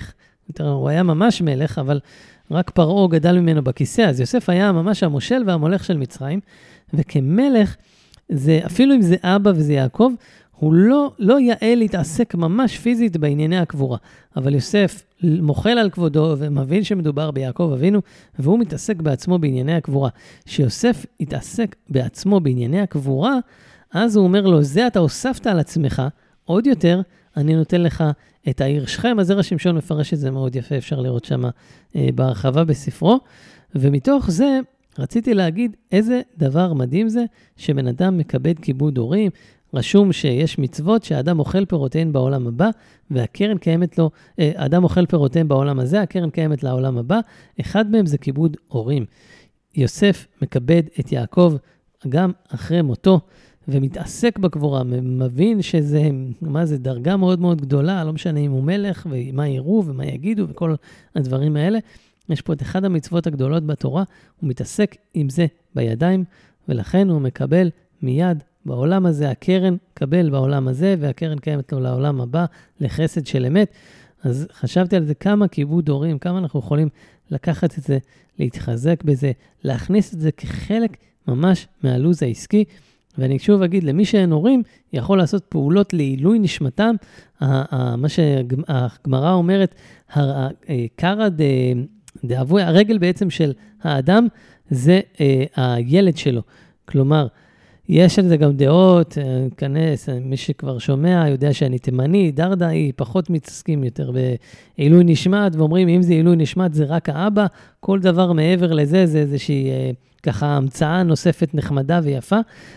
הוא היה ממש מלך, אבל רק פרעה גדל ממנו בכיסא, אז יוסף היה ממש המושל והמולך של מצרים, וכמלך, אפילו אם זה אבא וזה יעקב, הוא לא יעל להתעסק ממש פיזית בענייני הקבורה, אבל יוסף מוחל על כבודו ומבין שמדובר ביעקב אבינו, והוא מתעסק בעצמו בענייני הקבורה. שיוסף יתעסק בעצמו בענייני הקבורה, אז הוא אומר לו, זה אתה הוספת על עצמך, עוד יותר אני נותן לך את העיר שכם. אז זרע שמשון מפרש את זה מאוד יפה, אפשר לראות שם בהרחבה בספרו, ומתוך זה רציתי להגיד איזה דבר מדהים זה, שבן אדם מקבל כיבוד הורים, רשום שיש מצוות שהאדם אוכל פירותיהן בעולם הבא, והקרן קיימת לו, האדם אוכל פירותיהן בעולם הזה, הקרן קיימת לעולם הבא, אחד מהם זה כיבוד הורים. יוסף מקבד את יעקב גם אחרי מותו, ומתעסק בקבורה, מבין שזה, מה זה דרגה מאוד מאוד גדולה, לא משנה אם הוא מלך, ומה יראו ומה יגידו, וכל הדברים האלה. יש פה את אחד המצוות הגדולות בתורה, הוא מתעסק עם זה בידיים, ולכן הוא מקבל מיד בעולם הזה, הקרן קבל בעולם הזה, והקרן קיימת לו לעולם הבא, לחסד של אמת. אז חשבתי על זה, כמה כיבוד הורים, כמה אנחנו יכולים לקחת את זה, להתחזק בזה, להכניס את זה כחלק ממש מהלוז העסקי. ואני שוב אגיד, למי שאין הורים, יכול לעשות פעולות לעילוי נשמתם. מה שהגמרא אומרת, קרא דאבוי, הרגל בעצם של האדם, זה הילד שלו. כלומר, יש על זה גם דעות, כנס, מי שכבר שומע, יודע שאני תימני, דרדאי, פחות מתעסקים יותר בעילוי נשמת, ואומרים, אם זה עילוי נשמת, זה רק האבא, כל דבר מעבר לזה, זה איזושהי ככה המצאה נוספת נחמדה ויפה,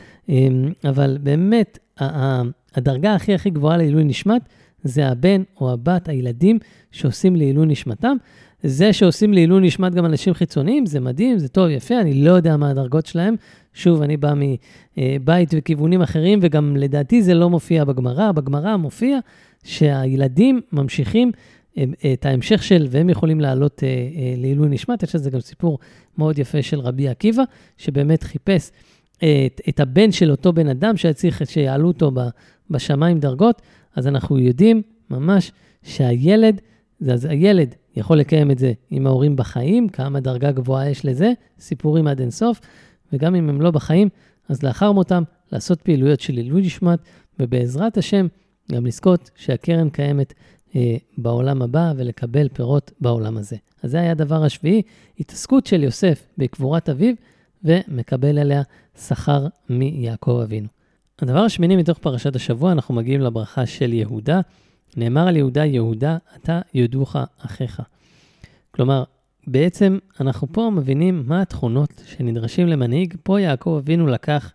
אבל באמת, הדרגה הכי גבוהה לעילוי נשמת, זה הבן או הבת, הילדים שעושים לעילוי נשמתם. זה שעושים לעילוי נשמת גם אנשים חיצוניים, זה מדהים, זה טוב, יפה, אני לא יודע מה הדרגות שלהם. שוב, אני בא מבית וכיוונים אחרים, וגם לדעתי זה לא מופיע בגמרא. בגמרא מופיע שהילדים ממשיכים את ההמשך של, והם יכולים לעלות לעילוי נשמת. יש לזה גם סיפור מאוד יפה של רבי עקיבא, שבאמת חיפש את הבן של אותו בן אדם, שהיה צריך שיעלו אותו בשמיים דרגות. אז אנחנו יודעים ממש שהילד, אז הילד יכול לקיים את זה עם ההורים בחיים, כמה דרגה גבוהה יש לזה, סיפורים עד אינסוף, וגם אם הם לא בחיים, אז לאחר מותם, לעשות פעילויות של עילוי נשמת, ובעזרת השם, גם לזכות שהקרן קיימת בעולם הבא, ולקבל פירות בעולם הזה. אז זה היה הדבר השביעי, התעסקות של יוסף בקבורת אביו, ומקבל עליה שכר מיעקב אבינו. הדבר השמיני מתוך פרשת השבוע, אנחנו מגיעים לברכה של יהודה, נאמר על יהודה, יהודה, אתה יודוך אחיך. כלומר, בעצם אנחנו פה מבינים מה התכונות שנדרשים למנהיג. פה יעקב אבינו לקח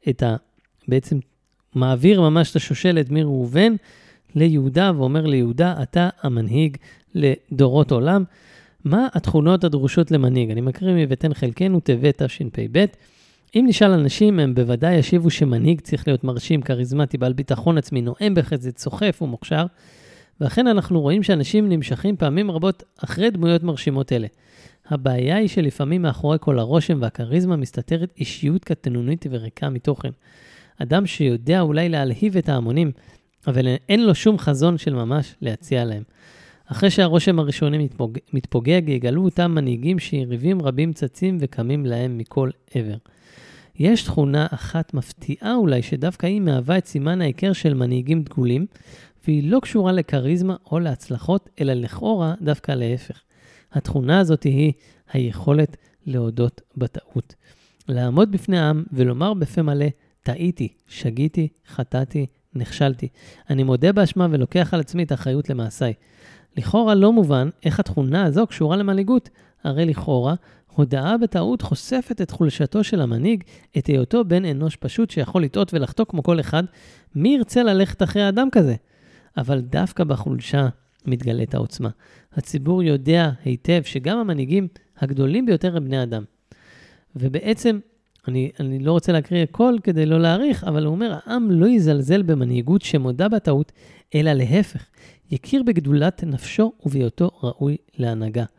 בעצם מעביר ממש את השושלת מראובן ליהודה, ואומר ליהודה, אתה המנהיג לדורות עולם. מה התכונות הדרושות למנהיג? אני מקריא מבטן חלקנו טבת תשפ"ב. אם נשאל אנשים, הם בוודאי ישיבו שמנהיג צריך להיות מרשים, כריזמטי, בעל ביטחון עצמי, נואם בחסד, צוחף ומוכשר, ואכן אנחנו רואים שאנשים נמשכים פעמים רבות אחרי דמויות מרשימות אלה. הבעיה היא שלפעמים מאחורי כל הרושם והכריזמה מסתתרת אישיות קטנונית וריקה מתוכן. אדם שיודע אולי להלהיב את ההמונים, אבל אין לו שום חזון של ממש להציע להם. אחרי שהרושם הראשוני מתפוגג, יגלו אותם מנהיגים שיריבים רבים צצים וקמים להם מכל עבר. יש תכונה אחת מפתיעה אולי שדווקא היא מהווה את סימן העיקר של מנהיגים דגולים, והיא לא קשורה לקריזמה או להצלחות, אלא לכאורה דווקא להפך. התכונה הזאת היא היכולת להודות בטעות. לעמוד בפני העם ולומר בפה מלא, טעיתי, שגיתי, חטאתי, נכשלתי. אני מודה באשמה ולוקח על עצמי את האחריות למעשיי. לכאורה לא מובן איך התכונה הזו קשורה למנהיגות. הרי לכאורה, הודעה בטעות חושפת את חולשתו של המנהיג, את היותו בן אנוש פשוט שיכול לטעות ולחטוא כמו כל אחד. מי ירצה ללכת אחרי אדם כזה? אבל דווקא בחולשה מתגלית העוצמה. הציבור יודע היטב שגם המנהיגים הגדולים ביותר הם בני אדם. ובעצם, אני לא רוצה להקריא הכל כדי לא להאריך, אבל הוא אומר, העם לא יזלזל במנהיגות שמודה בטעות, אלא להפך, יכיר בגדולת נפשו ובהיותו ראוי להנהגה.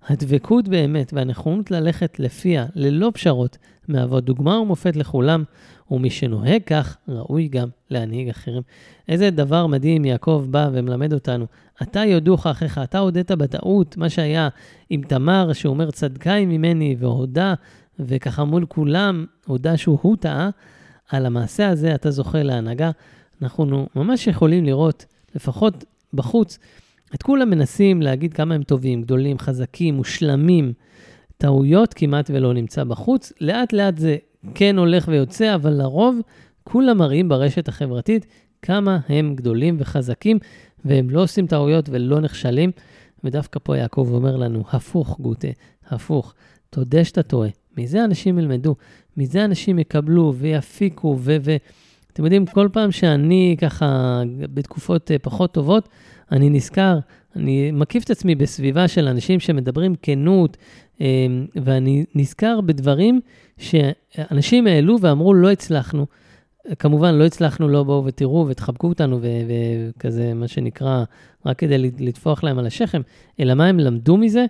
הדבקות באמת והנכונות ללכת לפיה, ללא פשרות, מהוות דוגמה ומופת לכולם, ומי שנוהג כך, ראוי גם להנהיג אחרים. איזה דבר מדהים יעקב בא ומלמד אותנו. אתה יודוך אחיך, אתה הודית בטעות, מה שהיה עם תמר, שאומר צדקה ממני והודה, וככה מול כולם הודה שהוא טעה, על המעשה הזה אתה זוכה להנהגה. אנחנו ממש יכולים לראות, לפחות בחוץ, את כולם מנסים להגיד כמה הם טובים, גדולים, חזקים, מושלמים, טעויות כמעט ולא נמצא בחוץ. לאט לאט זה כן הולך ויוצא, אבל לרוב כולם מראים ברשת החברתית כמה הם גדולים וחזקים, והם לא עושים טעויות ולא נכשלים. ודווקא פה יעקב אומר לנו, הפוך גוטה, הפוך, תודה שאתה טועה. מזה אנשים ילמדו, מזה אנשים יקבלו ויפיקו, אתם יודעים, כל פעם שאני ככה בתקופות פחות טובות, אני נזכר, אני מקיף את עצמי בסביבה של אנשים שמדברים כנות, ואני נזכר בדברים שאנשים העלו ואמרו לא הצלחנו. כמובן לא הצלחנו, לא בואו ותראו ותחבקו אותנו וכזה מה שנקרא, רק כדי לטפוח להם על השכם, אלא מה הם למדו מזה,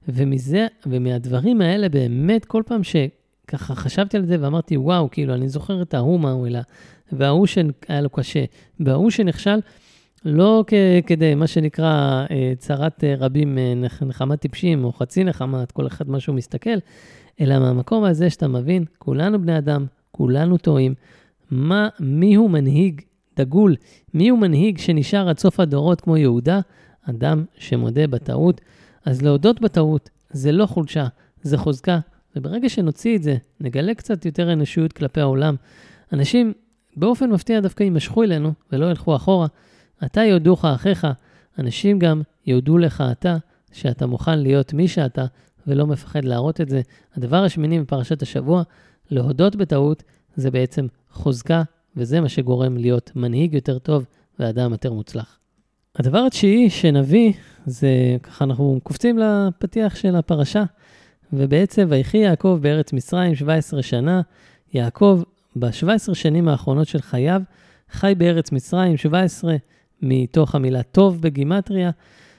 ומהדברים האלה באמת כל פעם שככה חשבתי על זה ואמרתי וואו, כאילו אני זוכר את ההוא מה הוא אלא, וההוא שהיה לו קשה, וההוא שנכשל, לא כדי מה שנקרא צרת רבים נחמת טיפשים או חצי נחמת, כל אחד משהו מסתכל, אלא מהמקום הזה שאתה מבין, כולנו בני אדם, כולנו טועים, מי הוא מנהיג דגול, מי הוא מנהיג שנשאר עד סוף הדורות כמו יהודה, אדם שמודה בטעות. אז להודות בטעות זה לא חולשה, זה חוזקה, וברגע שנוציא את זה, נגלה קצת יותר אנושיות כלפי העולם. אנשים באופן מפתיע דווקא יימשכו אלינו ולא ילכו אחורה. אתה יודוך אחיך, אנשים גם יודו לך אתה, שאתה מוכן להיות מי שאתה, ולא מפחד להראות את זה. הדבר השמיני בפרשת השבוע, להודות בטעות, זה בעצם חוזקה, וזה מה שגורם להיות מנהיג יותר טוב, ואדם יותר מוצלח. הדבר התשיעי שנביא, זה ככה אנחנו קופצים לפתיח של הפרשה, ובעצם ויחי יעקב בארץ מצרים 17 שנה, יעקב ב-17 שנים האחרונות של חייו, חי בארץ מצרים 17 מתוך המילה טוב בגימטריה,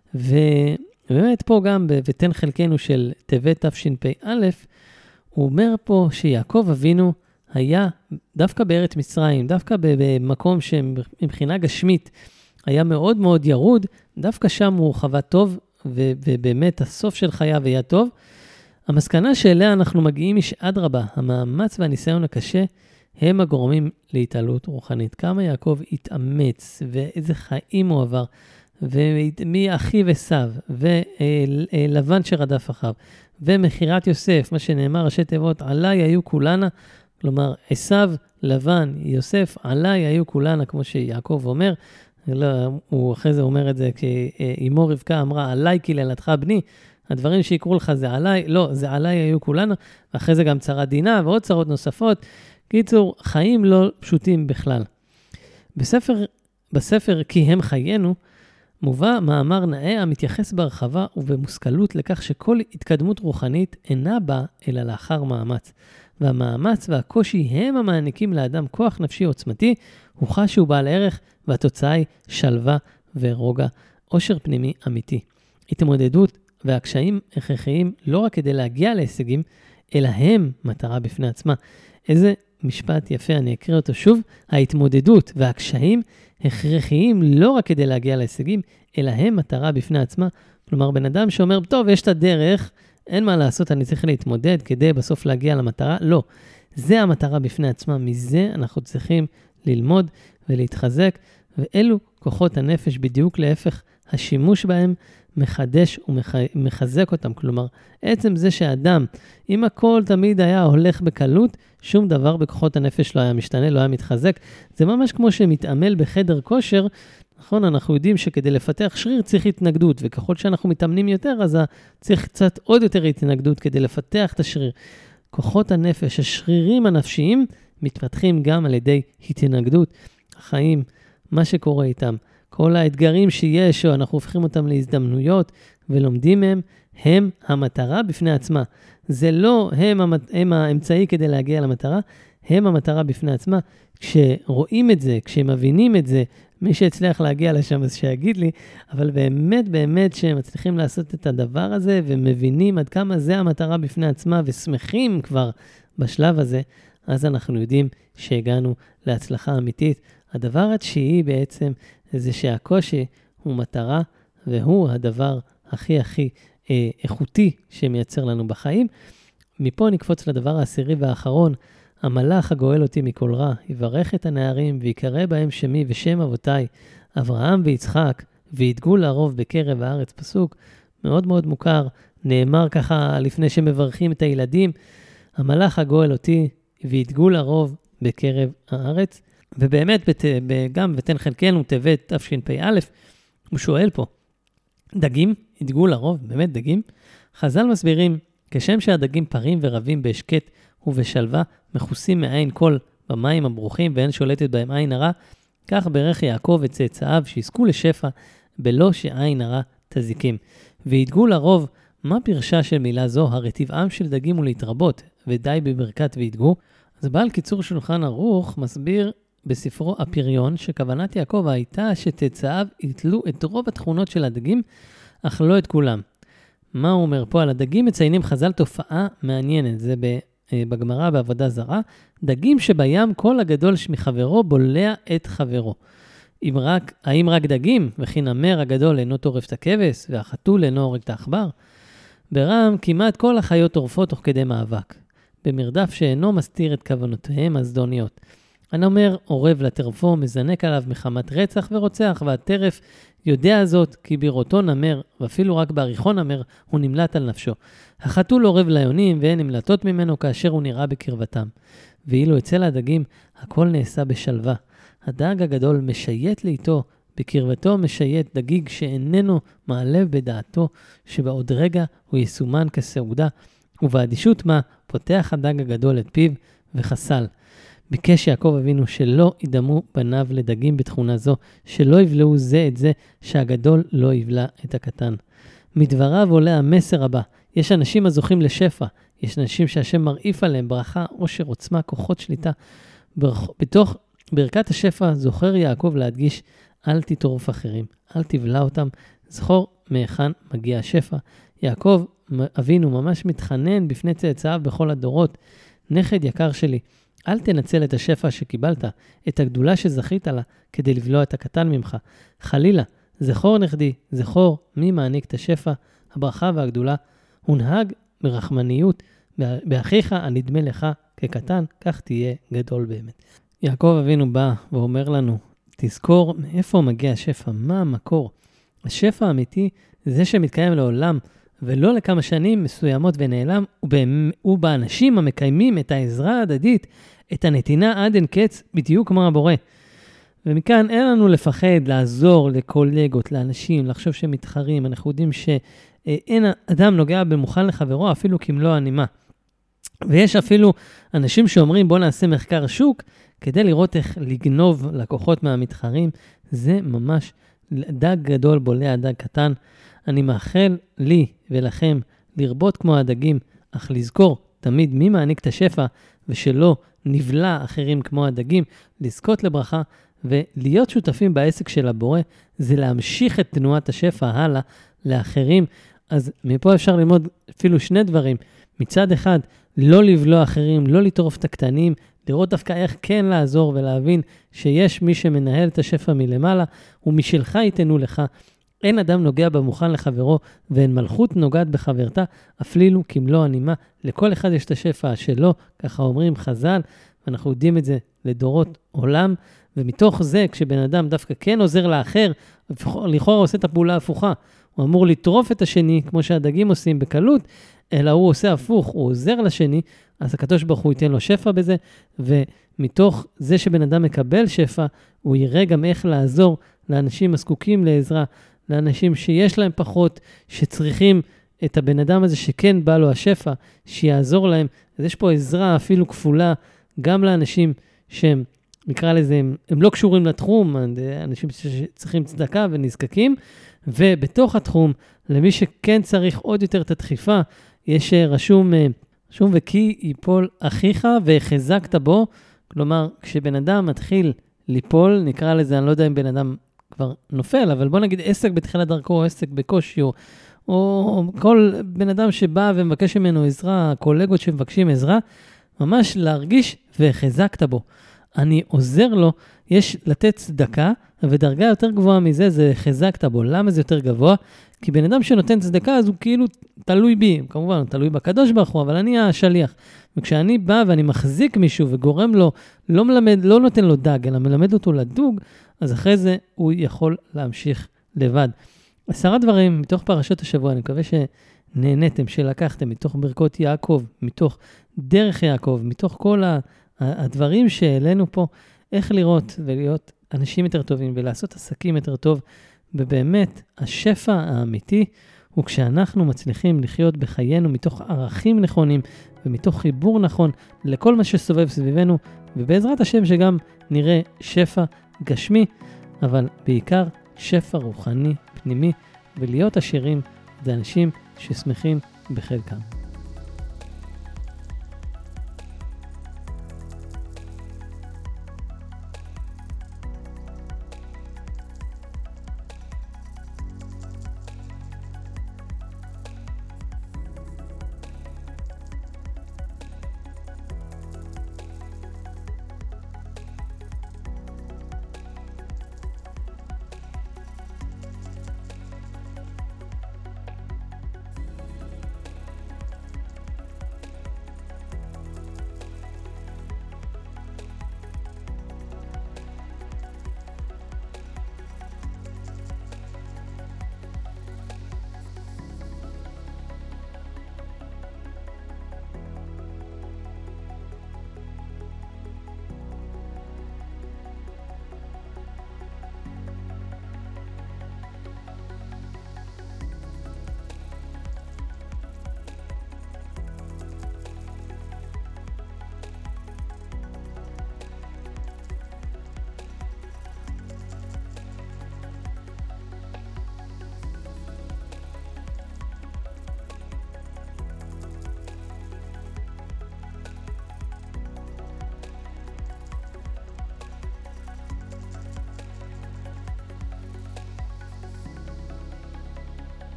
ובאמת פה גם ותן חלקנו של טבת תשפ"א, הוא אומר פה שיעקב אבינו היה דווקא בארץ מצרים, דווקא במקום שמבחינה גשמית היה מאוד מאוד ירוד, דווקא שם הוא חווה טוב, ובאמת הסוף של חייו היה טוב. המסקנה שאליה אנחנו מגיעים היא שאדרבה, המאמץ והניסיון הקשה, הם הגורמים להתעלות רוחנית. כמה יעקב התאמץ, ואיזה חיים הוא עבר, ומי אחיו עשיו, ולבן שרדף אחריו, ומחירת יוסף, מה שנאמר ראשי תיבות, עליי היו כולנה, כלומר עשיו, לבן, יוסף, עליי היו כולנה, כמו שיעקב אומר, לא, הוא אחרי זה אומר את זה, כי אמו רבקה אמרה, עליי כי לילדך בני, הדברים שיקרו לך זה עליי, לא, זה עליי היו כולנו, ואחרי זה גם צרת דינה ועוד צרות נוספות. קיצור, חיים לא פשוטים בכלל. בספר כי הם חיינו, מובא מאמר נאה המתייחס בהרחבה ובמושכלות לכך שכל התקדמות רוחנית אינה באה אלא לאחר מאמץ. והמאמץ והקושי הם המעניקים לאדם כוח נפשי עוצמתי, הוא חש שהוא בעל ערך, והתוצאה היא שלווה ורוגע, עושר פנימי אמיתי. התמודדות והקשיים הכרחיים לא רק כדי להגיע להישגים, אלא הם מטרה בפני עצמה. איזה משפט יפה, אני אקריא אותו שוב. ההתמודדות והקשיים הכרחיים לא רק כדי להגיע להישגים, אלא הם מטרה בפני עצמה. כלומר, בן אדם שאומר, טוב, יש את הדרך, אין מה לעשות, אני צריך להתמודד כדי בסוף להגיע למטרה. לא, זה המטרה בפני עצמה. מזה אנחנו צריכים ללמוד ולהתחזק, ואלו כוחות הנפש בדיוק להפך, השימוש בהם מחדש ומחזק אותם. כלומר, עצם זה שאדם, אם הכל תמיד היה הולך בקלות, שום דבר בכוחות הנפש לא היה משתנה, לא היה מתחזק. זה ממש כמו שמתעמל בחדר כושר, נכון? אנחנו יודעים שכדי לפתח שריר צריך התנגדות, וככל שאנחנו מתאמנים יותר, אז צריך קצת עוד יותר התנגדות כדי לפתח את השריר. כוחות הנפש, השרירים הנפשיים, מתפתחים גם על ידי התנגדות. החיים, מה שקורה איתם, כל האתגרים שיש, או אנחנו הופכים אותם להזדמנויות ולומדים מהם, הם המטרה בפני עצמה. זה לא הם האמצעי כדי להגיע למטרה, הם המטרה בפני עצמה. כשרואים את זה, כשמבינים את זה, מי שהצליח להגיע לשם אז שיגיד לי, אבל באמת שהם מצליחים לעשות את הדבר הזה, ומבינים עד כמה זה המטרה בפני עצמה, ושמחים כבר בשלב הזה, אז אנחנו יודעים שהגענו להצלחה אמיתית. הדבר התשיעי בעצם, זה שהקושי הוא מטרה, והוא הדבר הכי איכותי שמייצר לנו בחיים. מפה נקפוץ לדבר העשירי והאחרון, המלאך הגואל אותי מכל רע, יברך את הנערים ויקרא בהם שמי ושם אבותיי, אברהם ויצחק, וידגו לרוב בקרב הארץ. פסוק מאוד מאוד מוכר, נאמר ככה לפני שמברכים את הילדים, המלאך הגואל אותי וידגו לרוב בקרב הארץ. ובאמת גם ותן חלקנו טבת תשפ"א, הוא שואל פה, דגים ידגו לרוב, באמת דגים? חז"ל מסבירים, כשם שהדגים פרים ורבים בהשקט ובשלווה, מכוסים מעין כל במים הברוחים ואין שולטת בהם עין הרע, כך ברך יעקב את צאצאיו שיזכו לשפע בלא שעין הרע תזיקים. וידגו לרוב, מה פרשה של מילה זו? הרי טבעם של דגים הוא להתרבות, ודי בברכת וידגו. אז בעל קיצור שולחן ערוך מסביר בספרו הפריון, שכוונת יעקב הייתה שצאצאיו יתלו את רוב התכונות של הדגים, אך לא את כולם. מה הוא אומר פה? על הדגים מציינים חז"ל תופעה מעניינת, זה בגמרא בעבודה זרה, דגים שבים כל הגדול מחברו בולע את חברו. האם רק דגים, וכי נמר הגדול אינו טורף את הכבש, והחתול אינו הורג את העכבר? ברם כמעט כל החיות טורפות תוך כדי מאבק, במרדף שאינו מסתיר את כוונותיהם הזדוניות. הנמר עורב לטרפו, מזנק עליו מחמת רצח ורוצח, והטרף יודע זאת כי בראותו נמר, ואפילו רק בעריכו נמר, הוא נמלט על נפשו. החתול עורב ליונים והן נמלטות ממנו כאשר הוא נראה בקרבתם. ואילו אצל הדגים הכל נעשה בשלווה. הדג הגדול משייט לאיתו, בקרבתו משייט דגיג שאיננו מעלה בדעתו שבעוד רגע הוא יסומן כסעודה, ובאדישות מה פותח הדג הגדול את פיו וחסל. ביקש יעקב אבינו שלא ידמו בניו לדגים בתכונה זו, שלא יבלעו זה את זה, שהגדול לא יבלע את הקטן. מדבריו עולה המסר הבא, יש אנשים הזוכים לשפע, יש אנשים שהשם מרעיף עליהם ברכה, עושר, עוצמה, כוחות שליטה. בתוך ברכת השפע זוכר יעקב להדגיש, אל תטרוף אחרים, אל תבלע אותם, זכור מהיכן מגיע השפע. יעקב אבינו ממש מתחנן בפני צאצאיו בכל הדורות, נכד יקר שלי, אל תנצל את השפע שקיבלת, את הגדולה שזכית לה, כדי לבלוע את הקטן ממך. חלילה, זכור נכדי, זכור מי מעניק את השפע, הברכה והגדולה. הונהג ברחמניות, באחיך הנדמה לך כקטן, כך תהיה גדול באמת. יעקב אבינו בא ואומר לנו, תזכור מאיפה מגיע השפע, מה המקור. השפע האמיתי זה שמתקיים לעולם, ולא לכמה שנים מסוימות ונעלם, הוא באנשים המקיימים את העזרה ההדדית, את הנתינה עד אין קץ, בדיוק כמו הבורא. ומכאן אין לנו לפחד לעזור לקולגות, לאנשים, לחשוב שהם מתחרים. אנחנו יודעים שאין אדם נוגע במוכן לחברו, אפילו כמלוא הנימה. ויש אפילו אנשים שאומרים, בוא נעשה מחקר שוק, כדי לראות איך לגנוב לקוחות מהמתחרים. זה ממש דג גדול בולע דג קטן. אני מאחל לי ולכם לרבות כמו הדגים, אך לזכור תמיד מי מעניק את השפע, ושלא נבלע אחרים כמו הדגים, לזכות לברכה ולהיות שותפים בעסק של הבורא, זה להמשיך את תנועת השפע הלאה לאחרים. אז מפה אפשר ללמוד אפילו שני דברים. מצד אחד, לא לבלוע אחרים, לא לטרוף את הקטנים, לראות דווקא איך כן לעזור ולהבין שיש מי שמנהל את השפע מלמעלה, ומשלך ייתנו לך. אין אדם נוגע במוכן לחברו, ואין מלכות נוגעת בחברתה, אפילו כמלוא הנימה. לכל אחד יש את השפע שלו, ככה אומרים חז"ל, ואנחנו יודעים את זה לדורות עולם, ומתוך זה, כשבן אדם דווקא כן עוזר לאחר, לכאורה עושה את הפעולה ההפוכה. הוא אמור לטרוף את השני, כמו שהדגים עושים בקלות, אלא הוא עושה הפוך, הוא עוזר לשני, אז הקדוש ברוך הוא ייתן לו שפע בזה, ומתוך זה שבן אדם מקבל שפע, הוא יראה גם איך לעזור לאנשים הזקוקים לעזרה, לאנשים שיש להם פחות, שצריכים את הבן אדם הזה שכן בא לו השפע, שיעזור להם. אז יש פה עזרה אפילו כפולה, גם לאנשים שהם, נקרא לזה, הם לא קשורים לתחום, אנשים שצריכים צדקה ונזקקים, ובתוך התחום, למי שכן צריך עוד יותר את הדחיפה, יש רשום וכי ייפול אחיך והחזקת בו, כלומר, כשבן אדם מתחיל ליפול, נקרא לזה, אני לא יודע אם בן אדם כבר נופל, אבל בוא נגיד עסק בתחילת דרכו, או עסק בקושי, או כל בן אדם שבא ומבקש ממנו עזרה, קולגות שמבקשים עזרה, ממש להרגיש והחזקת בו. אני עוזר לו, יש לתת צדקה, ודרגה יותר גבוהה מזה זה חזקת בו. למה זה יותר גבוה? כי בן אדם שנותן צדקה, אז הוא כאילו תלוי בי, כמובן, הוא תלוי בקדוש ברוך הוא, אבל אני השליח. וכשאני בא ואני מחזיק מישהו וגורם לו, לא נותן לו דג, אלא מלמד אותו לדוג, אז אחרי זה הוא יכול להמשיך לבד. 10 דברים מתוך פרשות השבוע, אני מקווה שנהנתם, שלקחתם מתוך ברכות יעקב, מתוך דרך יעקב, מתוך כל הדברים שהעלינו פה, איך לראות ולהיות אנשים יותר טובים ולעשות עסקים יותר טוב, ובאמת השפע האמיתי הוא כשאנחנו מצליחים לחיות בחיינו מתוך ערכים נכונים ומתוך חיבור נכון לכל מה שסובב סביבנו, ובעזרת השם שגם נראה שפע גשמי, אבל בעיקר שפע רוחני פנימי, ולהיות עשירים זה אנשים ששמחים בחלקם.